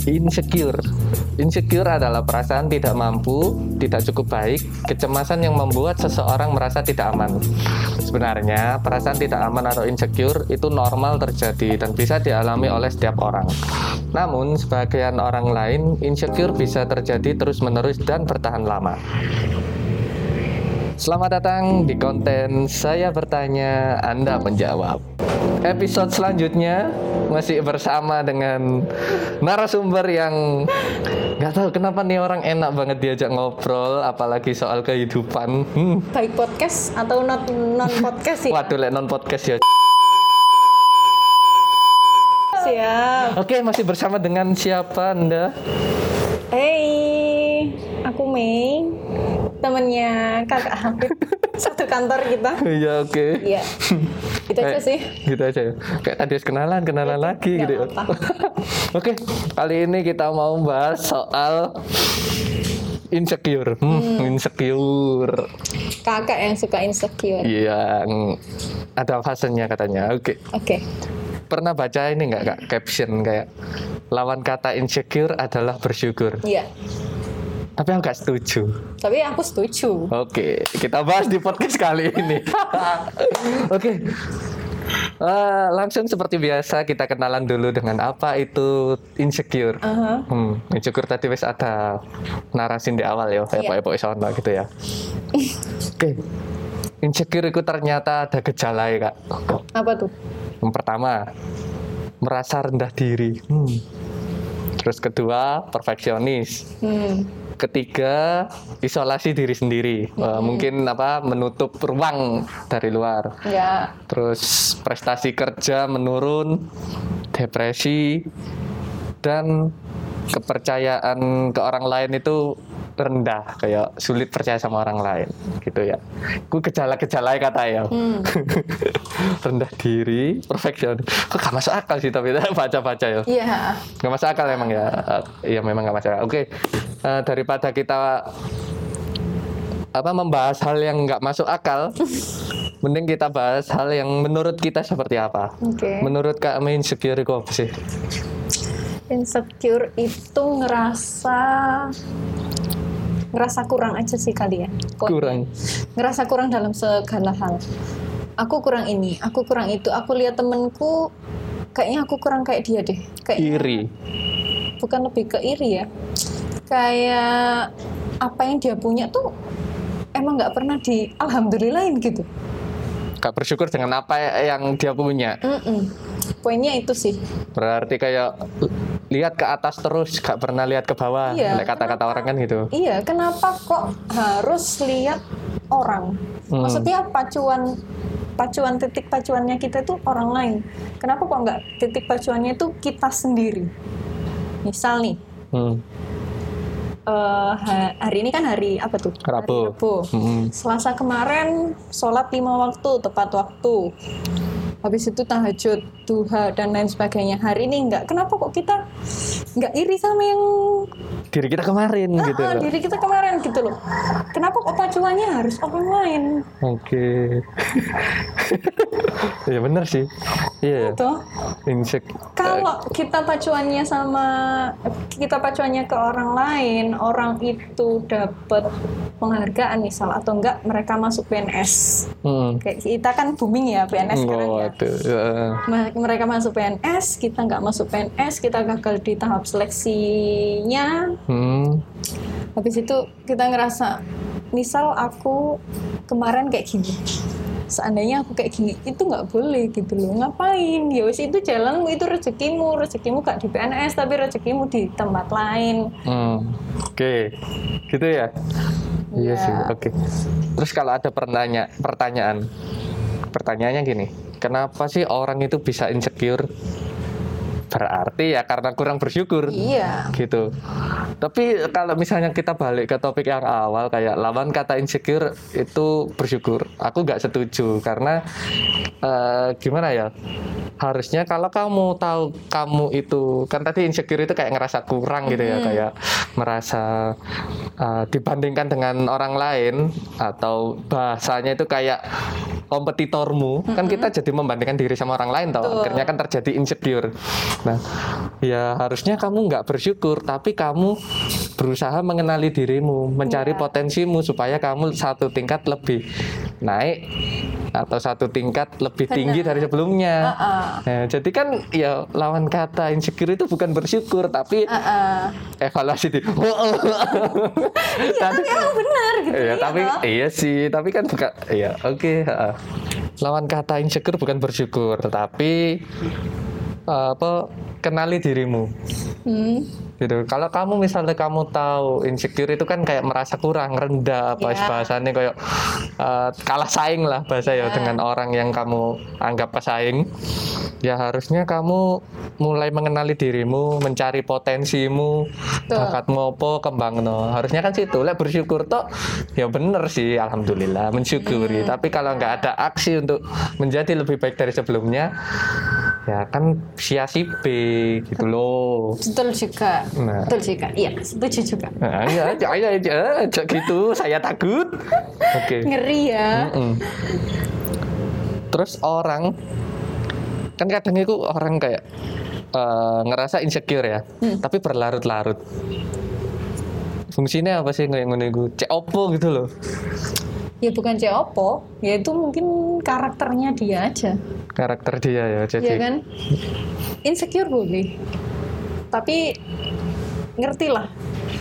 Insecure adalah perasaan tidak mampu, tidak cukup baik, kecemasan yang membuat seseorang merasa tidak aman. Sebenarnya, perasaan tidak aman atau insecure itu normal terjadi dan bisa dialami oleh setiap orang. Namun, sebagian orang lain, insecure bisa terjadi terus-menerus dan bertahan lama. Selamat datang di konten Saya Bertanya, Anda Menjawab. Episode selanjutnya masih bersama dengan narasumber yang nggak tahu kenapa nih orang enak banget diajak ngobrol, apalagi soal kehidupan. Baik podcast atau non podcast sih? Waduh, non podcast ya. Siap. Oke, masih bersama dengan siapa Anda? Hey, aku Mei, temennya Kakak Hafid, satu kantor kita. Iya, oke. Iya. Gitu aja sih. Gitu aja ya. Kayak tadi kenalan lagi Gak gitu. apa-apa. Oke, kali ini kita mau bahas soal insecure. Insecure. Kakak yang suka insecure. Iya, ada fasenya katanya. Oke. Pernah baca ini nggak Kak, caption kayak lawan kata insecure adalah bersyukur. Iya. Tapi aku nggak setuju. Tapi aku setuju. Oke, kita bahas di podcast kali ini. Oke. Langsung seperti biasa kita kenalan dulu dengan apa itu insecure. Insecure tadi wis ada narasin di awal ya, kayak pokok sono gitu ya. Oke. Insecure itu ternyata ada gejala ya Kak. Apa tuh? Yang pertama, merasa rendah diri. Terus kedua, perfeksionis. Ketiga, isolasi diri sendiri. Mungkin menutup ruang dari luar. Ya. Terus prestasi kerja menurun, depresi, dan kepercayaan ke orang lain itu rendah, kayak sulit percaya sama orang lain gitu ya. Ku gejala-gejala kata ya. Rendah diri, perfeksionis. Kok gak masuk akal sih tapi baca-baca ya. Iya. Gak masuk akal emang ya. Iya memang gak masuk akal. Oke. Daripada kita membahas hal yang gak masuk akal, mending kita bahas hal yang menurut kita seperti apa. Oke. Menurut Kak Main insecure itu apa sih? Insecure itu ngerasa kurang aja sih kali ya. Kurang. Ngerasa kurang dalam segala hal. Aku kurang ini, aku kurang itu. Aku lihat temenku, kayaknya aku kurang kayak dia deh. Kayaknya, Iri. bukan lebih ke iri ya. Kayak apa yang dia punya tuh emang nggak pernah alhamdulillahin gitu. Gak bersyukur dengan apa yang dia punya. Poinnya itu sih. Berarti kayak lihat ke atas terus, gak pernah lihat ke bawah. Iya, Kata-kata orang kan gitu. Iya, kenapa kok harus lihat orang? Maksudnya titik pacuannya kita itu orang lain. Kenapa kok nggak titik pacuannya itu kita sendiri? Misal nih, hari ini kan hari apa tuh? Rabu. Hari Rabu. Selasa kemarin sholat 5 waktu tepat waktu. Habis itu tahajud, duha dan lain sebagainya. Hari ini enggak. Kenapa kok kita enggak iri sama yang diri kita kemarin gitu loh. Diri kita kemarin gitu loh. Kenapa kok pacuannya harus orang lain? Oke. Ya benar sih. Iya. Tuh. Kalau kita pacuannya ke orang lain, orang itu dapat penghargaan misal atau enggak mereka masuk PNS. Kayak kita kan booming ya PNS sekarang ya. Mereka masuk PNS, kita nggak masuk PNS, kita gagal di tahap seleksinya. Habis itu kita ngerasa, misal aku kemarin kayak gini, seandainya aku kayak gini, itu nggak boleh gitu loh. Ngapain? Ya wis itu jalanmu, itu rezekimu gak di PNS tapi rezekimu di tempat lain. Oke. Gitu ya. Iya sih. Oke. Terus kalau ada pertanyaannya gini, kenapa sih orang itu bisa insecure? Berarti ya karena kurang bersyukur. Iya. Gitu. Tapi kalau misalnya kita balik ke topik yang awal, kayak lawan kata insecure itu bersyukur. Aku nggak setuju karena gimana ya? Harusnya kalau kamu tahu kamu itu, kan tadi insecure itu kayak ngerasa kurang gitu ya, kayak merasa dibandingkan dengan orang lain, atau bahasanya itu kayak kompetitormu, kan kita jadi membandingkan diri sama orang lain toh. Akhirnya kan terjadi insecure. Nah, ya harusnya kamu nggak bersyukur, tapi kamu berusaha mengenali dirimu, mencari potensimu supaya kamu satu tingkat lebih naik atau satu tingkat lebih tinggi dari sebelumnya. Nah, jadi kan ya lawan kata insecure itu bukan bersyukur, tapi evaluasi diri. Tapi emang benar gitu. Iya, tapi iya sih, tapi kan bukan. Iya, oke. Lawan kata insecure bukan bersyukur, tetapi kenali dirimu. Gitu. Kalau kamu misalnya kamu tahu insecure itu kan kayak merasa kurang, rendah, bahasanya kayak kalah saing lah bahasa ya dengan orang yang kamu anggap pesaing. Ya harusnya kamu mulai mengenali dirimu, mencari potensimu, bakatmu apa, kembangno. Harusnya kan situ. Lek bersyukur toh, ya bener sih, alhamdulillah mensyukuri. Tapi kalau nggak ada aksi untuk menjadi lebih baik dari sebelumnya, ya kan sia-sia gitu loh. Betul juga. Nah. Betul juga. Iya, setuju juga. Nah, ya, gitu. Saya takut. Oke. Ngeri ya. Terus orang kan kadang itu orang kayak ngerasa insecure ya, tapi berlarut-larut. Fungsinya apa sih kayak ngono iku? Cek opo gitu loh. Ya bukan cek opo, ya itu mungkin karakternya dia aja. Karakter dia ya, jadi. Ya kan? Insecure boleh. Tapi ngertilah.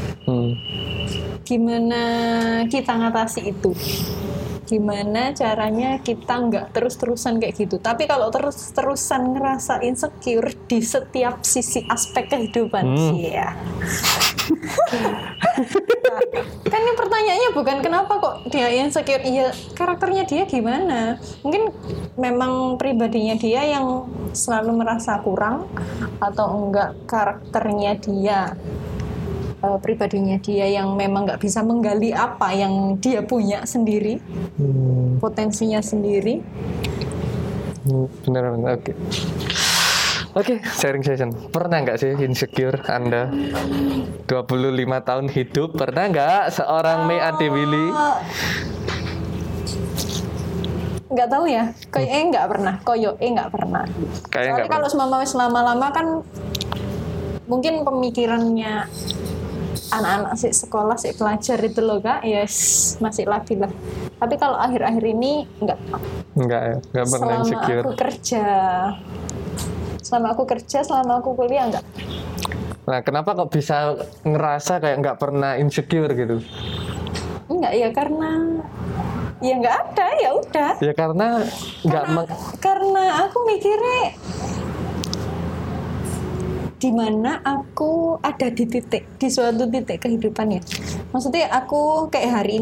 Gimana kita ngatasi itu? Gimana caranya kita nggak terus-terusan kayak gitu. Tapi kalau terus-terusan ngerasa insecure di setiap sisi aspek kehidupan sih ya. Kan ini pertanyaannya bukan kenapa kok dia insecure. Iya, karakternya dia gimana. Mungkin memang pribadinya dia yang selalu merasa kurang, atau enggak karakternya dia, pribadinya dia yang memang nggak bisa menggali apa yang dia punya sendiri, potensinya sendiri. Benar. Oke, sharing session. Pernah nggak sih insecure Anda 25 tahun hidup? Pernah nggak seorang Mei Adewili? Nggak tahu ya, nggak pernah. Nggak pernah. Soalnya kalau selama-lama kan mungkin pemikirannya anak-anak sih sekolah sih pelajar itu loh Kak, masih labil lah. Tapi kalau akhir-akhir ini nggak pernah insecure. Selama aku kuliah enggak. Nah, kenapa kok bisa ngerasa kayak nggak pernah insecure gitu? Enggak ya, karena ya nggak ada, ya udah. Ya karena karena aku mikirnya di mana aku ada di suatu titik kehidupannya. Maksudnya aku kayak hari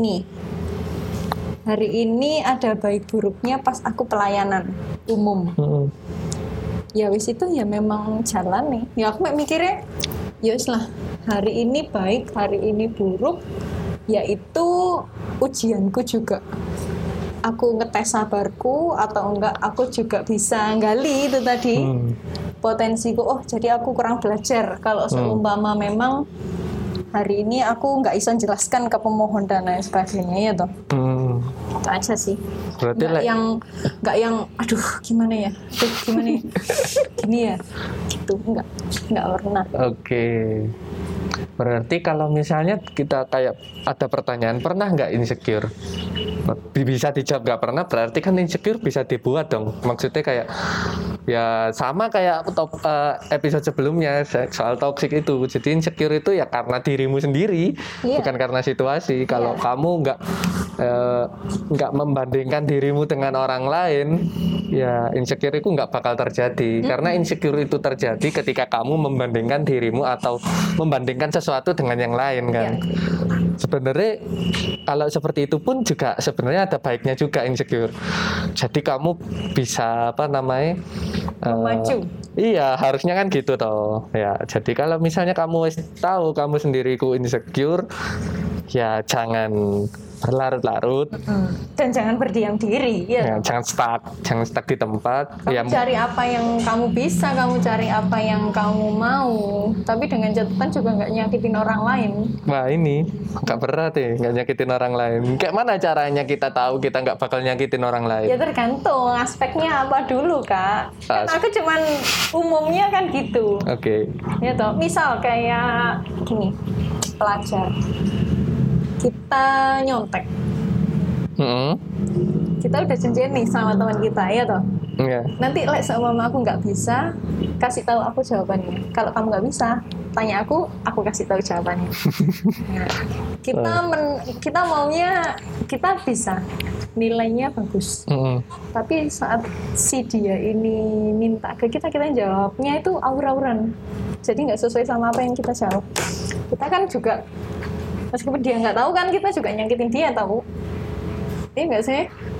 ini ada baik buruknya pas aku pelayanan umum. Ya wis itu ya memang jalan nih. Ya aku mikirnya ya wis lah, hari ini baik, hari ini buruk, yaitu ujianku juga. Aku ngetes sabarku atau enggak, aku juga bisa gali itu tadi potensiku. Oh jadi aku kurang belajar. Kalau seumpama memang hari ini aku nggak bisa jelaskan ke pemohon dan lain sebagainya ya toh. Itu aja sih. Berarti nggak yang aduh gimana ya gini ya gitu, nggak pernah. Oke. Berarti kalau misalnya kita kayak ada pertanyaan, pernah nggak insecure? Bisa dijawab nggak pernah, berarti kan insecure bisa dibuat dong. Maksudnya kayak ya sama kayak episode sebelumnya soal toxic itu. Jadi insecure itu ya karena dirimu sendiri, bukan karena situasi. Kalau kamu nggak membandingkan dirimu dengan orang lain, ya insecure itu nggak bakal terjadi. Karena insecure itu terjadi ketika kamu membandingkan dirimu atau membandingkan sesuatu dengan yang lain kan. Sebenarnya kalau seperti itu pun juga sebenarnya ada baiknya juga insecure. Jadi kamu bisa memacu. Iya, harusnya kan gitu toh. Ya, jadi kalau misalnya kamu tahu kamu sendiri ku insecure, ya jangan berlarut-larut. Dan jangan berdiam diri ya. Jangan stuck di tempat. Kamu cari apa yang kamu bisa, kamu cari apa yang kamu mau, tapi dengan catatan juga nggak nyakitin orang lain. Wah, ini nggak berat ya, nggak nyakitin orang lain. Kayak mana caranya kita tahu kita nggak bakal nyakitin orang lain? Ya tergantung aspeknya apa dulu, Kak. Kan aku cuman umumnya kan gitu. Oke. Ya toh, misal kayak gini, pelajar kita nyontek. Kita udah janjian nih sama teman kita ya toh. Nanti sama aku nggak bisa, kasih tahu aku jawabannya. Kalau kamu nggak bisa, tanya aku kasih tahu jawabannya. Kita maunya kita bisa, nilainya bagus. Tapi saat si dia ini minta ke kita jawabnya itu aur-auran. Jadi nggak sesuai sama apa yang kita jawab. Kita kan juga, meskipun dia nggak tahu kan, kita juga nyakitin dia tahu. Iya nggak sih?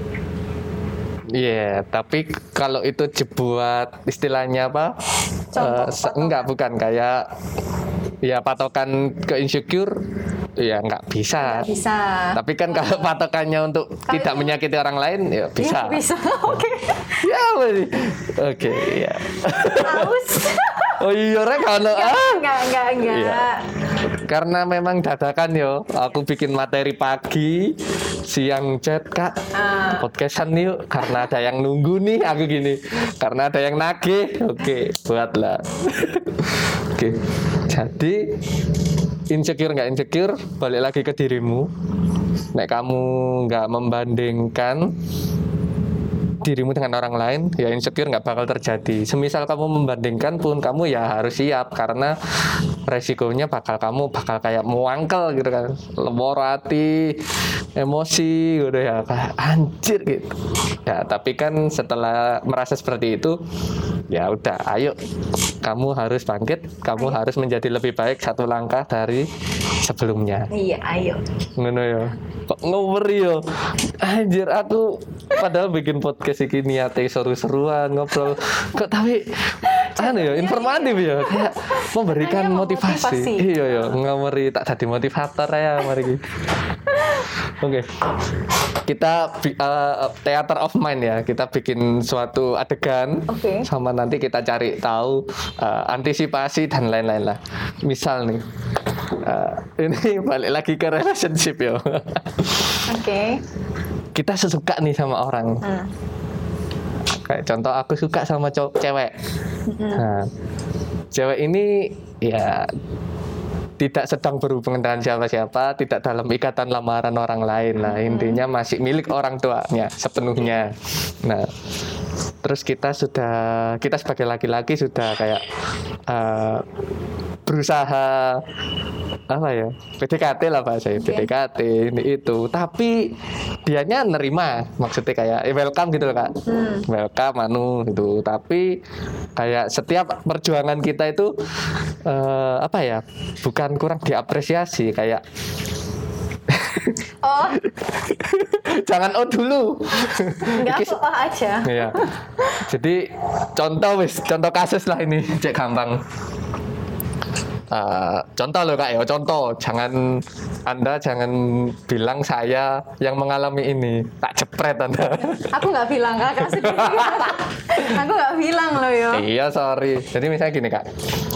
Iya, tapi kalau itu dibuat istilahnya apa? Enggak, bukan kayak ya patokan ke insecure, ya nggak bisa. Nggak bisa. Tapi kan kalau patokannya untuk tidak menyakiti orang lain, ya bisa. Ya, bisa, oke. Ya, oke, ya. Haus. Oh iya, kalau enggak. Iya. Karena memang dadakan yo, aku bikin materi pagi, siang chat, Kak, podcastan yuk, karena ada yang nunggu nih, aku gini, karena ada yang nagih, oke, buatlah. Oke, jadi insecure nggak insecure, balik lagi ke dirimu. Nek kamu nggak membandingkan dirimu dengan orang lain, ya insecure nggak bakal terjadi. Semisal kamu membandingkan pun, kamu ya harus siap, karena resikonya kamu bakal kayak muangkel gitu kan, lemor hati, emosi gitu ya, kayak anjir gitu ya. Tapi kan setelah merasa seperti itu, ya udah, ayo kamu harus bangkit, kamu harus menjadi lebih baik satu langkah dari sebelumnya. Iya, ayo. Ngono ya. Kok ngoweri yo. Anjir, aku padahal bikin podcast iki niate seru-seruan ngobrol. Kok tapi informatif ya, kayak memberikan motivasi. Iya ya, ngoweri tak jadi motivator ya mari iki. Oke. Kita theater of mind ya. Kita bikin suatu adegan. Sama nanti kita cari tahu antisipasi dan lain-lain lah. Misal nih, ini balik lagi ke relationship ya. Oke. Kita suka nih sama orang. Kayak contoh, aku suka sama cewek. Nah, cewek ini ya tidak sedang berhubungan dengan siapa-siapa, tidak dalam ikatan lamaran orang lain. Nah, intinya masih milik orang tuanya sepenuhnya. Nah, terus kita sebagai laki-laki sudah kayak berusaha apa ya, PDKT lah bahasa PDKT ini itu, tapi dianya nerima, maksudnya kayak welcome gitu loh, Kak. Welcome gitu. Tapi kayak setiap perjuangan kita itu apa ya, bukan kurang diapresiasi, kayak jangan dulu. Enggak, aku aja. Iya. Jadi contoh kasus lah ini, cek gampang. Contoh loh, Kak ya, contoh. Anda jangan bilang saya yang mengalami ini, tak jepret Anda. Aku nggak bilang, Kak, sendiri. Aku nggak bilang loh yo. Iya, sorry. Jadi misalnya gini, Kak.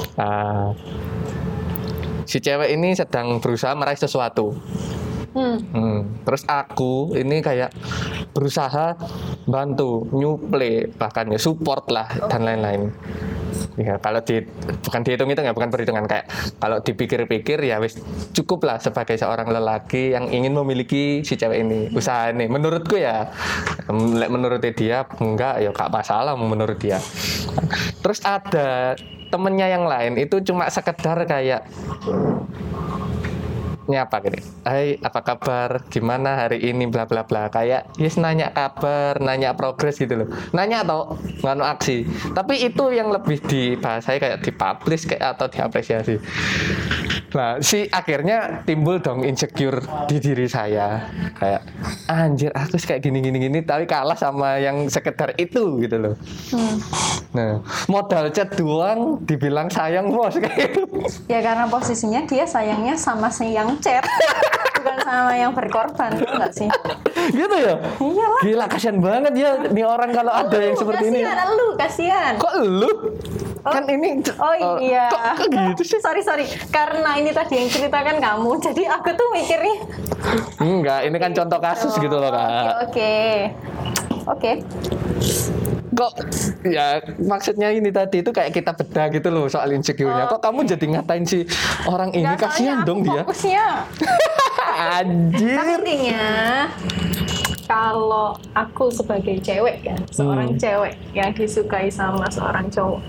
Si cewek ini sedang berusaha meraih sesuatu. Terus aku ini kayak berusaha bantu, nyuple, bahkan ya support lah dan lain-lain. Ya, kalau bukan dihitung-hitung ya, bukan perhitungan, kayak kalau dipikir-pikir ya wis cukup lah sebagai seorang lelaki yang ingin memiliki si cewek ini. Usaha ini menurutku ya, menurut dia enggak ya, gak masalah menurut dia. Terus ada temennya yang lain itu cuma sekedar kayak nyapa gini, hai apa kabar, gimana hari ini, bla bla bla, kayak nanya kabar, nanya progres gitu loh, nanya atau nganu aksi. Tapi itu yang lebih dibahasai kayak dipublish kayak atau diapresiasi. Nah, akhirnya timbul dong insecure di diri saya, kayak anjir aku kayak gini, tapi kalah sama yang sekedar itu gitu loh. Nah, modal chat doang dibilang sayang bos kayak gitu. Ya karena posisinya dia sayangnya sama si yang chat, bukan sama yang berkorban, enggak sih? Gitu ya? Iyalah. Gila, kasihan banget ya nih orang kalau ada yang seperti ini. Kasihan. Kok lu? Kan ini iya. Kok gitu sih? Sorry. Karena ini tadi yang ceritakan kamu. Jadi aku tuh mikirnya enggak, ini kan contoh kasus gitu loh, Kak. Oke. Kok ya maksudnya ini tadi itu kayak kita bedah gitu loh soal insecure-nya. Kok kamu jadi ngatain si orang ini? Kasihan dong dia. Fokusnya. Anjir. Tapi intinya kalau aku sebagai cewek ya, seorang cewek yang disukai sama seorang cowok.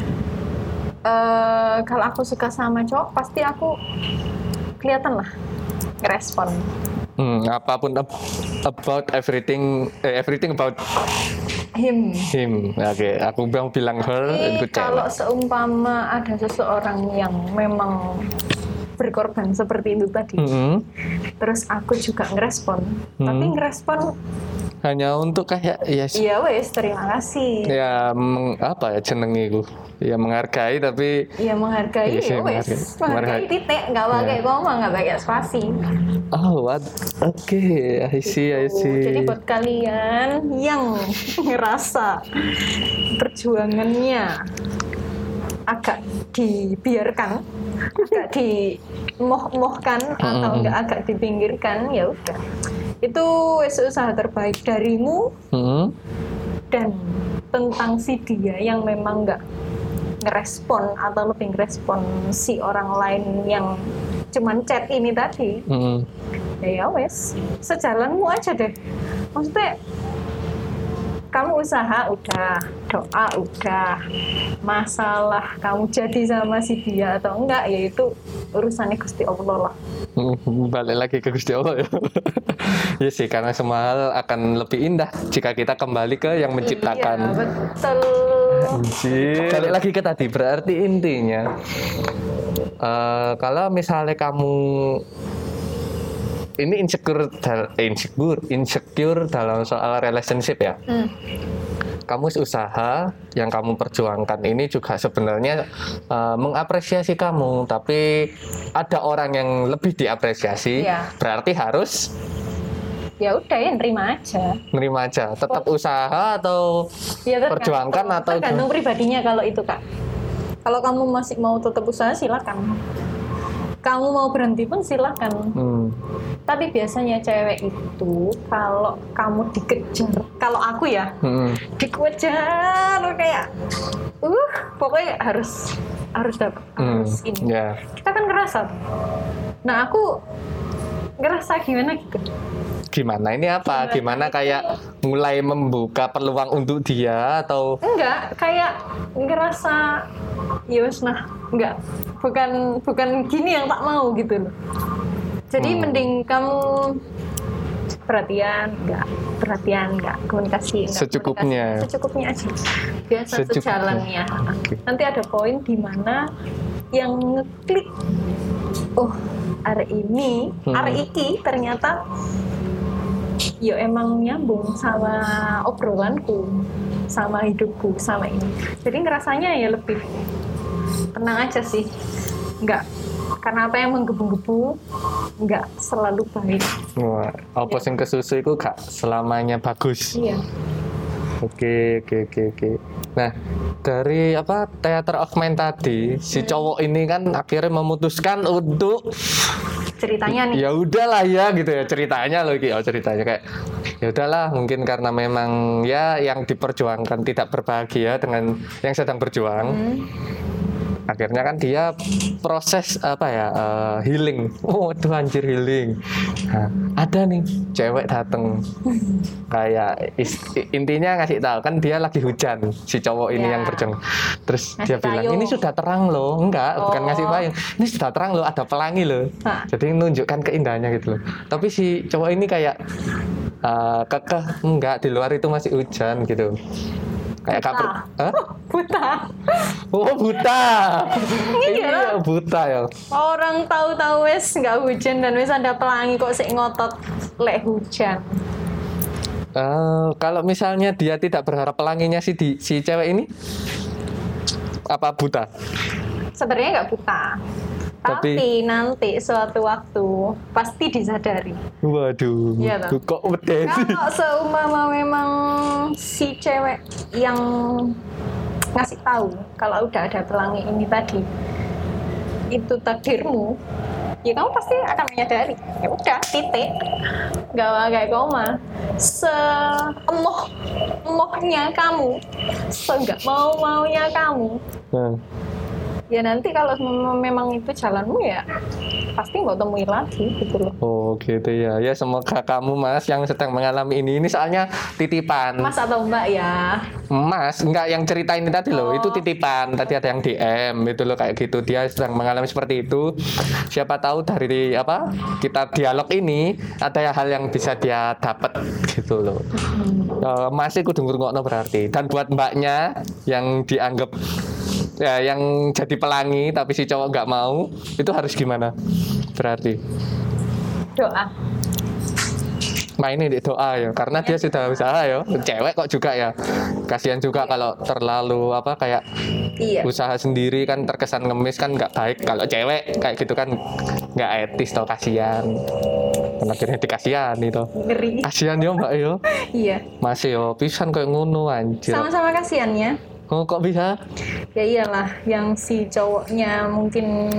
Kalau aku suka sama cowok, pasti aku kelihatan lah ngerespon. Apapun about everything about him. Oke, aku bilang her. Kalau seumpama ada seseorang yang memang berkorban seperti itu tadi, terus aku juga ngerespon, tapi ngerespon hanya untuk kayak iya wes terima kasih ya apa ya jenenge iku ya menghargai tapi ya menghargai ya wes menghargai titik nggak pakai koma nggak pakai spasi. Oke, I see. Jadi buat kalian yang ngerasa perjuangannya agak dibiarkan, agak dimoh-mohkan atau enggak agak dipinggirkan, ya udah. Itu usaha terbaik darimu dan tentang si dia yang memang enggak ngerespon atau lebih ngerespon si orang lain yang cuman chat ini tadi. Ya wes, sejalanmu aja deh. Maksudnya kamu usaha udah, doa udah, masalah kamu jadi sama si dia atau enggak, yaitu urusannya Gusti Allah lah. Balik lagi ke Gusti Allah ya. Ya sih, karena semua hal akan lebih indah jika kita kembali ke yang menciptakan. Iya, betul. Balik lagi ke tadi, berarti intinya kalau misalnya kamu ini insecure dalam soal relationship ya. Kamu usaha yang kamu perjuangkan ini juga sebenarnya mengapresiasi kamu, tapi ada orang yang lebih diapresiasi, berarti harus ya udah ya nerima aja. Tetap usaha atau perjuangkan atau tergantung pribadinya. Kalau itu Kak, kalau kamu masih mau tetap usaha silakan. Kamu mau berhenti pun silakan. Tapi biasanya cewek itu kalau kamu dikejar, kalau aku ya dikejar kayak pokoknya harus dapat harus ini. Kita kan ngerasa. Nah aku ngerasa gimana gitu. Gimana ini apa? Gimana kayak mulai membuka peluang untuk dia atau enggak, kayak ngerasa ya wes enggak, bukan gini yang tak mau gitu loh. Jadi mending kamu perhatian enggak, komunikasi enggak, secukupnya aja. Biasa sejalannya. Nanti ada poin di mana yang ngeklik, hari iki ternyata yo emang nyambung sama obrolanku, sama hidupku, sama ini. Jadi ngerasanya ya lebih tenang aja sih. Enggak, karena apa yang menggebu-gebu enggak selalu baik. Wah, apa sing kesusu itu gak selamanya bagus. Iya. Oke. Nah, dari Theater of Mind tadi, si cowok ini kan akhirnya memutuskan untuk ceritanya nih. Ya udahlah ya gitu ya ceritanya loh ceritanya kayak ya udahlah mungkin karena memang ya yang diperjuangkan tidak berbahagia dengan yang sedang berjuang. Akhirnya kan dia proses healing. Waduh anjir healing. Nah, ada nih cewek dateng kayak intinya ngasih tahu kan dia lagi hujan si cowok ini yang berjuang. Terus ngasih dia bilang ini sudah terang loh. Enggak, bukan ngasih payung. Ini sudah terang loh, ada pelangi loh. Jadi menunjukkan keindahannya gitu loh. Tapi si cowok ini kayak kekeh enggak, di luar itu masih hujan gitu. Kayak buta. Buta. Iya, buta ya. Orang tahu-tahu wes nggak hujan dan wes ada pelangi kok sik ngotot lek hujan. Kalau misalnya dia tidak berharap pelanginya si cewek ini apa buta? Sebenarnya nggak buta. Tapi nanti suatu waktu pasti disadari. Waduh, iya kok medeni. Kalau seumpama memang si cewek yang ngasih tahu kalau udah ada pelangi ini tadi itu takdirmu, ya kamu pasti akan menyadari. Ya udah, titik. Gak koma. Seemohnya kamu, seenggak maunya kamu. Ya nanti kalau memang itu jalanmu ya pasti nggak temui lagi gitu loh. Oh gitu ya. Ya semoga kamu Mas yang sedang mengalami ini soalnya titipan. Mas atau Mbak ya? Mas, enggak yang cerita ini tadi loh, itu titipan. Tadi ada yang DM itu loh kayak gitu. Dia sedang mengalami seperti itu. Siapa tahu dari apa kita dialog ini ada hal yang bisa dia dapat gitu loh. Mas kudu ngrungokno berarti. Dan buat Mbaknya yang dianggap ya yang jadi pelangi tapi si cowok nggak mau, itu harus gimana berarti? Doa. Mainnya di doa ya, karena dia sudah usaha ya. Cewek kok juga ya, kasihan juga kalau terlalu apa kayak usaha sendiri kan terkesan ngemis kan nggak baik. Kalau cewek kayak gitu kan nggak etis tau, kasihan. Dan akhirnya dikasihan itu. Kasihan yo Mbak yo. Iya. Masih yo pisan kayak ngono anjir. Sama-sama kasihannya. Oh kok bisa? Ya iyalah, yang si cowoknya mungkin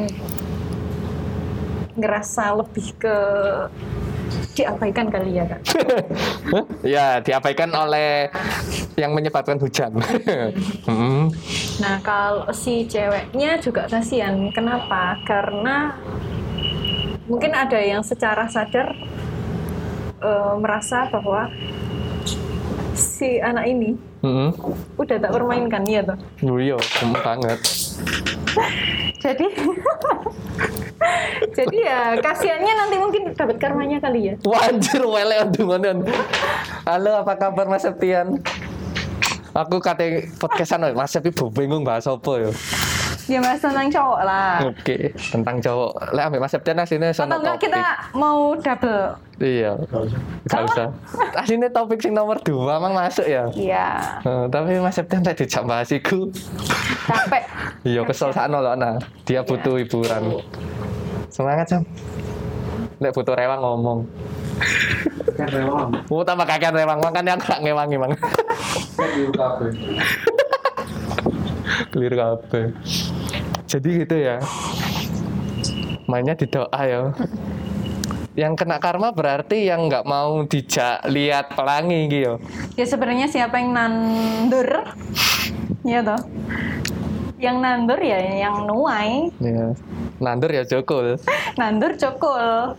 ngerasa lebih ke diabaikan kali ya Kak. Ya diabaikan oleh yang menyebabkan hujan. Nah kalau si ceweknya juga kasihan. Kenapa? Karena mungkin ada yang secara sadar merasa bahwa si anak ini udah tak permainkan, iya toh? Iya, banget. Jadi ya kasihannya nanti mungkin dapat karmanya kali ya. Wajar, wele adungan. Halo, apa kabar Mas Septian? Aku kate podcastan Mas Septi bingung bahas apa ya. Ya bahas tentang cowok lah. Oke, tentang cowok. Lah ambek Mas Septian asline sono topik. Atau enggak kita mau double? Iya. Enggak usah. Asline topik sing nomor 2 mang masuk ya. Iya. Tapi Mas Septian tadi dijak bahas iku. Capek. Iya, kesel sakno lho nah. Dia butuh hiburan. Semangat, Sam. Nek butuh rewang ngomong. Kan rewang. Oh, tambah kakek rewang, makanya aku gak ngewangi, Mang. Keliru kabeh. Clear kabeh. Jadi gitu ya. Mainnya di doa ya. Yang kena karma berarti yang nggak mau dijak lihat pelangi gitu. Ya sebenarnya siapa yang nandur? Ya toh. Yang nandur ya yang nuai. Ya. Nandur ya cokol. Nandur cokol.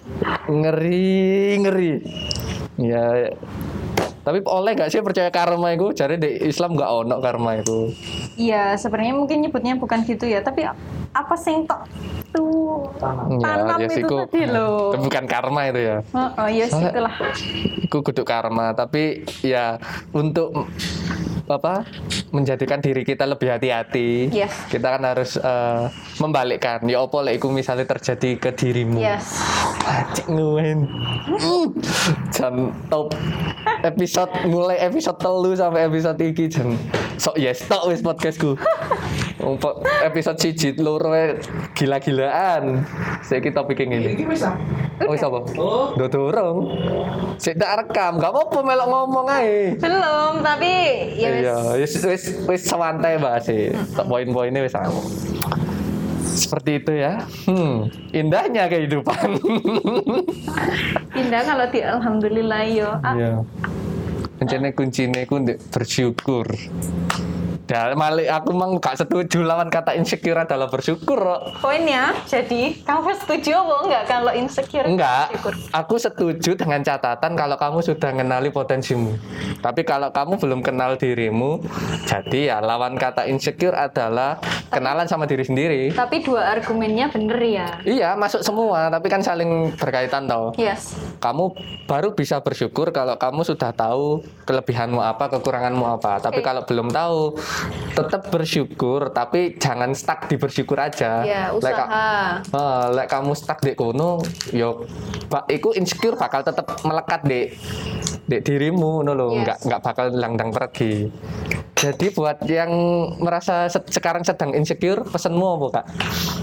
Ngeri. Ya. Tapi oleh nggak sih percaya karma itu? Jadi di Islam nggak ono karma itu. Iya, sebenarnya mungkin nyebutnya bukan gitu ya. Tapi apa sing tok tuh tanam ya, itu siku, tadi loh. Itu bukan karma itu ya. Oh iya sih itulah. Itu kudu karma. Tapi ya untuk apa menjadikan diri kita lebih hati-hati. Yes. Kita kan harus membalikkan. Ya opo lek iku misalnya terjadi ke dirimu. Yes. Cik nguwen. Jan top episode mulai episode 3 sampai episode 3 jan sok yes tok wis podcastku. Episode 1 loro gila-gilaan. Saiki topik ngene. Iki wis ah. Oh, wis apa? Oh. Dorong. Sik tak rekam, gak apa-apa melok ngomong ae. Belum, tapi ya Iya, wis santai bahas sih. Poin-poinnya wis sama. Seperti itu ya. Indahnya kehidupan. indah kalau di alhamdulillah yo. Iya. Kuncinya ku bersyukur. Dan malik aku emang gak setuju lawan kata insecure adalah bersyukur. Poinnya, jadi kamu setuju apa enggak kalau insecure? Enggak, Bersyukur? aku setuju dengan catatan kalau kamu sudah mengenali potensimu. Tapi kalau kamu belum kenal dirimu, jadi ya lawan kata insecure adalah kenalan sama diri sendiri. Tapi dua argumennya bener ya. Iya, masuk semua, tapi kan saling berkaitan toh. Yes. Kamu baru bisa bersyukur kalau kamu sudah tahu kelebihanmu apa, kekuranganmu apa. Tapi kalau belum tahu, tetap bersyukur, tapi jangan stuck di bersyukur aja. Ya, usaha. Lek kamu stuck di kono, yo iku insecure bakal tetap melekat di dirimu ngono lho, Yes. nggak bakal langgang pergi. Jadi buat yang merasa sekarang sedang insecure, pesenmu apa, Kak?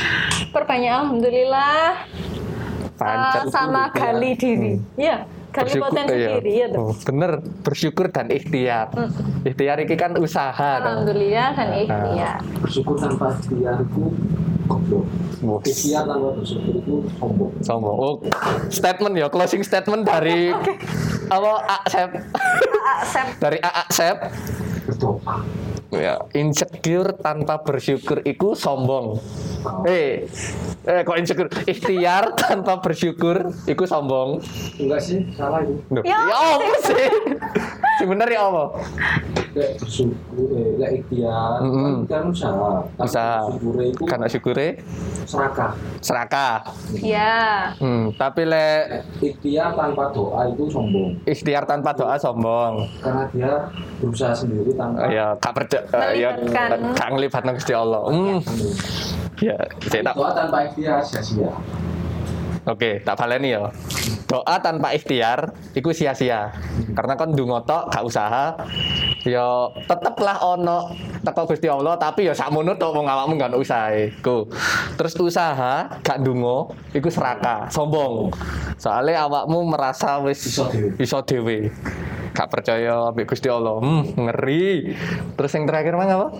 Perbanyak alhamdulillah. Sama gali diri. Iya, gali potensi diri ya tuh. Bener, bersyukur dan ikhtiar. Ikhtiar ini kan usaha. Alhamdulillah dan ikhtiar. Bersyukur tanpa ikhtiar itu goblok. Ikhtiar tanpa bersyukur itu sombong. Sombong. Oh, statement ya, closing statement dari Asep. Dari Asep. Berdoa. Ya, insecure tanpa bersyukur itu sombong. Kok insecure? Ikhtiar tanpa bersyukur itu sombong. Enggak sih, salah itu. Ya apa sih? Sebenarnya apa? Kayak bersyukur, kayak ikhtiar, kan usaha. Usaha. Itu Karena syukure serakah. Iya. Tapi ikhtiar tanpa doa itu sombong. Ikhtiar tanpa doa sombong. Karena dia berusaha sendiri tanpa gak ngelibatkan Gusti Allah. Ya, doa tanpa ikhtiar sia-sia. Oke, tak baleni ya. Doa tanpa ikhtiar iku sia-sia. Karena kan ndonga tok gak usaha, ya teteplah ono teko Gusti Allah, tapi ya sakmono tok wong awakmu gak usahae. Terus usaha gak ndonga iku serakah, sombong. Soalnya awakmu merasa wis iso dhewe. Gak percaya ambek Gusti Allah. Ngeri. Terus yang terakhir mang apa?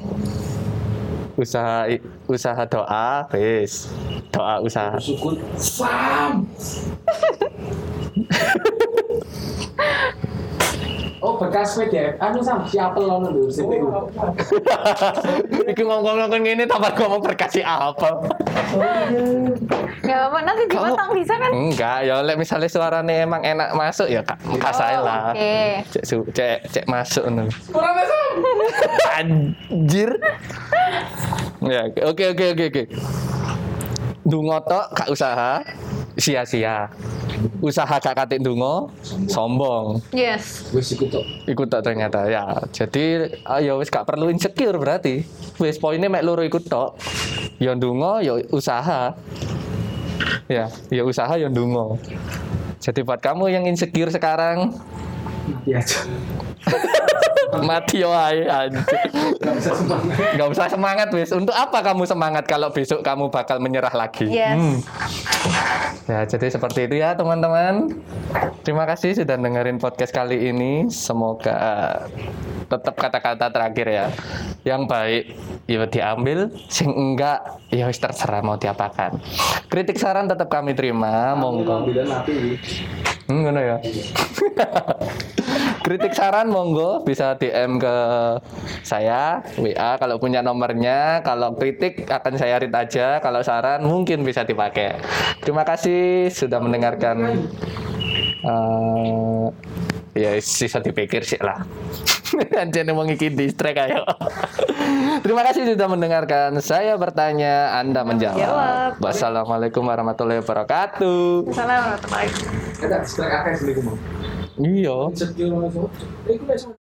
Usaha doa, wis. Doa usaha. Bersyukur. Sam. Oh, bekas PDF. Sam, siapa lo nang CPU? Iki ngomong-ngomong ngene tambah ngomong berkasih apa? Ya apa nanti dipotong bisa kan? Enggak, ya lek misalnya suarane emang enak masuk ya Kak. Kasae lah. Oke. Cek masuk ngono. Kurang Sam. Anjir. Ya, oke. Ndonga tok gak usaha, sia-sia. Usaha gak katik ndonga, sombong. Yes. Wis Ikut tok ternyata ya. Jadi ya wis gak perlu insecure berarti. Wis poinnya mek loro ikut tok. Ya ndonga ya usaha. Ya usaha ya ndonga. Jadi buat kamu yang insecure sekarang, mati aja. Mati wae anjir. Gak Gak usah usah semangat. semangat wis. Untuk apa kamu semangat kalau besok kamu bakal menyerah lagi? Yes. Ya, jadi seperti itu ya teman-teman. Terima kasih sudah dengerin podcast kali ini. Semoga tetap kata-kata terakhir ya. Yang baik ya diambil, sing enggak ya wis terserah mau diapakan. Kritik saran tetap kami terima, monggo. Ngono ya. Kritik saran monggo bisa DM ke saya WA kalau punya nomornya. Kalau kritik akan saya read aja, kalau saran mungkin bisa dipakai. Terima kasih sudah mendengarkan. Ya sisa dipikir sih lah. Anjene wong iki distrek ayo. Terima kasih sudah mendengarkan. Saya bertanya, Anda menjawab. Wassalamualaikum warahmatullahi wabarakatuh. Assalamualaikum warahmatullahi wabarakatuh. Ada distrek akeh sendiri, Bang. Iya. Insecure.